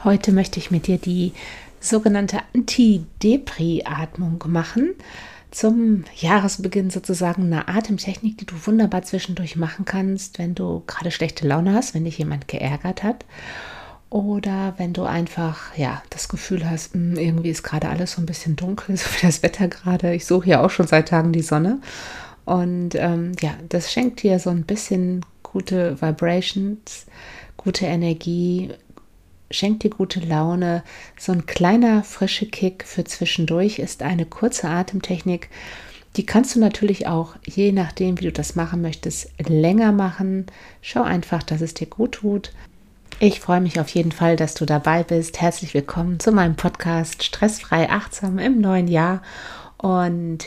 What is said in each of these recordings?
Heute möchte ich mit dir die sogenannte Anti-Depri-Atmung machen. Zum Jahresbeginn sozusagen eine Atemtechnik, die du wunderbar zwischendurch machen kannst, wenn du gerade schlechte Laune hast, wenn dich jemand geärgert hat. Oder wenn du einfach das Gefühl hast, irgendwie ist gerade alles so ein bisschen dunkel, so wie das Wetter gerade. Ich suche ja auch schon seit Tagen die Sonne. Und das schenkt dir so ein bisschen gute Vibrations, gute Energie, schenkt dir gute Laune. So ein kleiner frische Kick für zwischendurch ist eine kurze Atemtechnik. Die kannst du natürlich auch, je nachdem, wie du das machen möchtest, länger machen. Schau einfach, dass es dir gut tut. Ich freue mich auf jeden Fall, dass du dabei bist. Herzlich willkommen zu meinem Podcast Stressfrei Achtsam im neuen Jahr. Und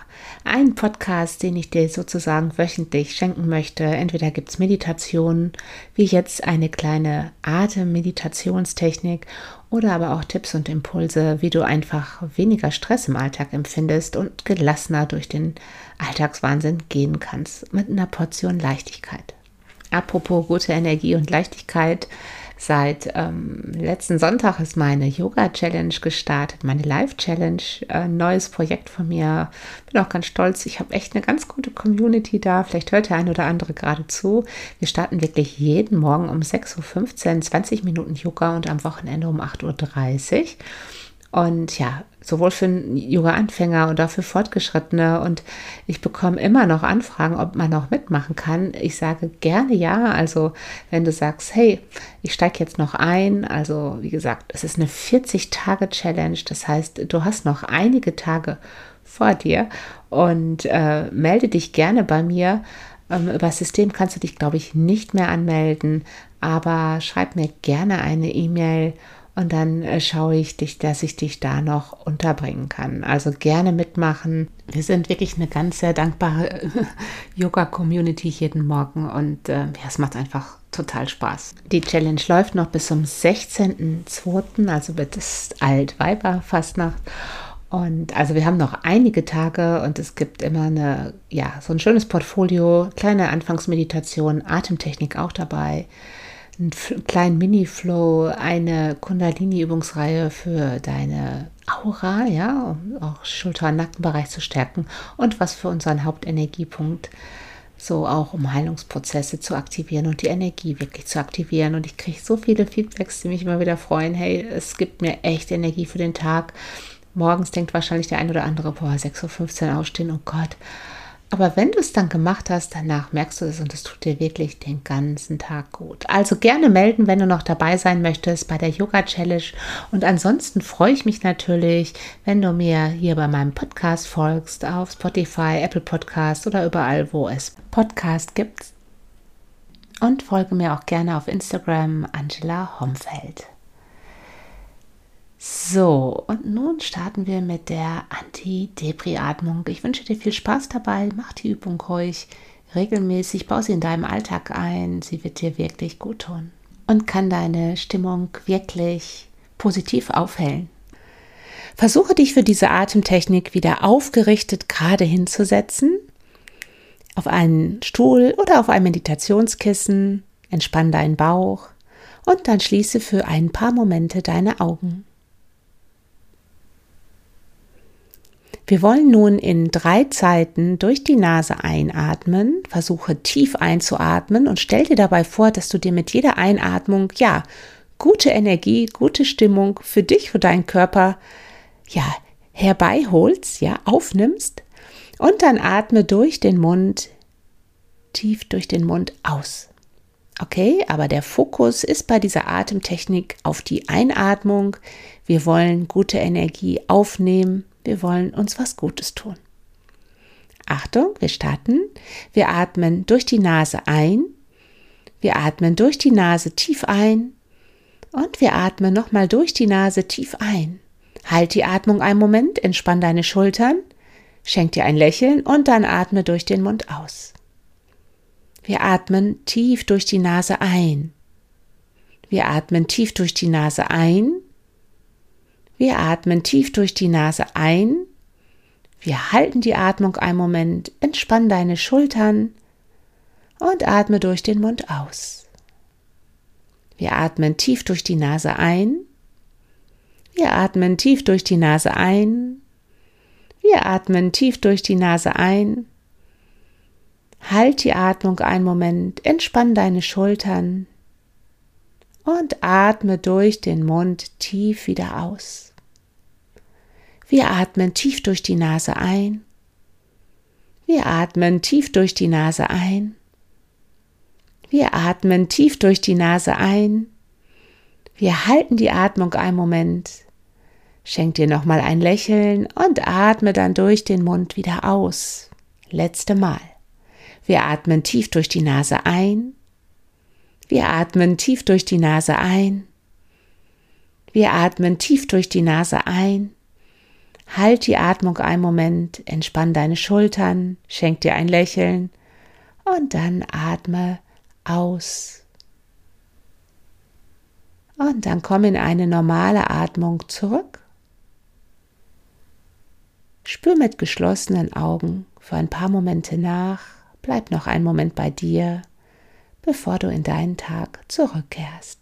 ein Podcast, den ich dir sozusagen wöchentlich schenken möchte. Entweder gibt es Meditationen, wie jetzt eine kleine Atemmeditationstechnik, oder aber auch Tipps und Impulse, wie du einfach weniger Stress im Alltag empfindest und gelassener durch den Alltagswahnsinn gehen kannst, mit einer Portion Leichtigkeit. Apropos gute Energie und Leichtigkeit, seit letzten Sonntag ist meine Yoga-Challenge gestartet, meine Live-Challenge, ein neues Projekt von mir. Bin auch ganz stolz, ich habe echt eine ganz gute Community da, vielleicht hört der ein oder andere gerade zu. Wir starten wirklich jeden Morgen um 6:15 Uhr, 20 Minuten Yoga und am Wochenende um 8:30 Uhr. Und sowohl für Yoga-Anfänger oder für Fortgeschrittene. Und ich bekomme immer noch Anfragen, ob man noch mitmachen kann. Ich sage gerne ja. Also wenn du sagst, hey, ich steige jetzt noch ein. Also wie gesagt, es ist eine 40-Tage-Challenge. Das heißt, du hast noch einige Tage vor dir. Und melde dich gerne bei mir. Über das System kannst du dich, glaube ich, nicht mehr anmelden. Aber schreib mir gerne eine E-Mail. Und dann schaue ich dass ich dich da noch unterbringen kann. Also gerne mitmachen. Wir sind wirklich eine ganz sehr dankbare Yoga-Community jeden Morgen. Und es macht einfach total Spaß. Die Challenge läuft noch bis zum 16.02., also bis Altweiberfastnacht. Und also wir haben noch einige Tage und es gibt immer so ein schönes Portfolio, kleine Anfangsmeditation, Atemtechnik auch dabei. Einen kleinen Mini-Flow, eine Kundalini-Übungsreihe für deine Aura, um auch Schulter- und Nackenbereich zu stärken und was für unseren Hauptenergiepunkt, so auch um Heilungsprozesse zu aktivieren und die Energie wirklich zu aktivieren. Und ich kriege so viele Feedbacks, die mich immer wieder freuen. Hey, es gibt mir echt Energie für den Tag. Morgens denkt wahrscheinlich der ein oder andere, 6:15 Uhr aufstehen, oh Gott. Aber wenn du es dann gemacht hast, danach merkst du es und es tut dir wirklich den ganzen Tag gut. Also gerne melden, wenn du noch dabei sein möchtest bei der Yoga-Challenge. Und ansonsten freue ich mich natürlich, wenn du mir hier bei meinem Podcast folgst, auf Spotify, Apple Podcast oder überall, wo es Podcast gibt. Und folge mir auch gerne auf Instagram, Angela Homfeld. So, und nun starten wir mit der Anti-Depri-Atmung. Ich wünsche dir viel Spaß dabei. Mach die Übung ruhig, regelmäßig, baue sie in deinem Alltag ein. Sie wird dir wirklich gut tun und kann deine Stimmung wirklich positiv aufhellen. Versuche dich für diese Atemtechnik wieder aufgerichtet gerade hinzusetzen, auf einen Stuhl oder auf ein Meditationskissen. Entspann deinen Bauch und dann schließe für ein paar Momente deine Augen. Wir wollen nun in 3 Zeiten durch die Nase einatmen. Versuche tief einzuatmen und stell dir dabei vor, dass du dir mit jeder Einatmung, gute Energie, gute Stimmung für dich, für deinen Körper, herbeiholst, aufnimmst. Und dann atme durch den Mund, tief durch den Mund aus. Okay, aber der Fokus ist bei dieser Atemtechnik auf die Einatmung. Wir wollen gute Energie aufnehmen. Wir wollen uns was Gutes tun. Achtung, wir starten. Wir atmen durch die Nase ein. Wir atmen durch die Nase tief ein. Und wir atmen nochmal durch die Nase tief ein. Halt die Atmung einen Moment, entspann deine Schultern, schenk dir ein Lächeln und dann atme durch den Mund aus. Wir atmen tief durch die Nase ein. Wir atmen tief durch die Nase ein. Wir atmen tief durch die Nase ein. Wir halten die Atmung einen Moment, entspann deine Schultern und atme durch den Mund aus. Wir atmen tief durch die Nase ein. Wir atmen tief durch die Nase ein. Wir atmen tief durch die Nase ein. Halt die Atmung einen Moment, entspann deine Schultern und atme durch den Mund tief wieder aus. Wir atmen tief durch die Nase ein. Wir atmen tief durch die Nase ein. Wir atmen tief durch die Nase ein. Wir halten die Atmung einen Moment. Schenk dir nochmal ein Lächeln und atme dann durch den Mund wieder aus. Letzte Mal. Wir atmen tief durch die Nase ein. Wir atmen tief durch die Nase ein. Wir atmen tief durch die Nase ein. Halt die Atmung einen Moment, entspann deine Schultern, schenk dir ein Lächeln und dann atme aus. Und dann komm in eine normale Atmung zurück. Spür mit geschlossenen Augen für ein paar Momente nach, bleib noch einen Moment bei dir, bevor du in deinen Tag zurückkehrst.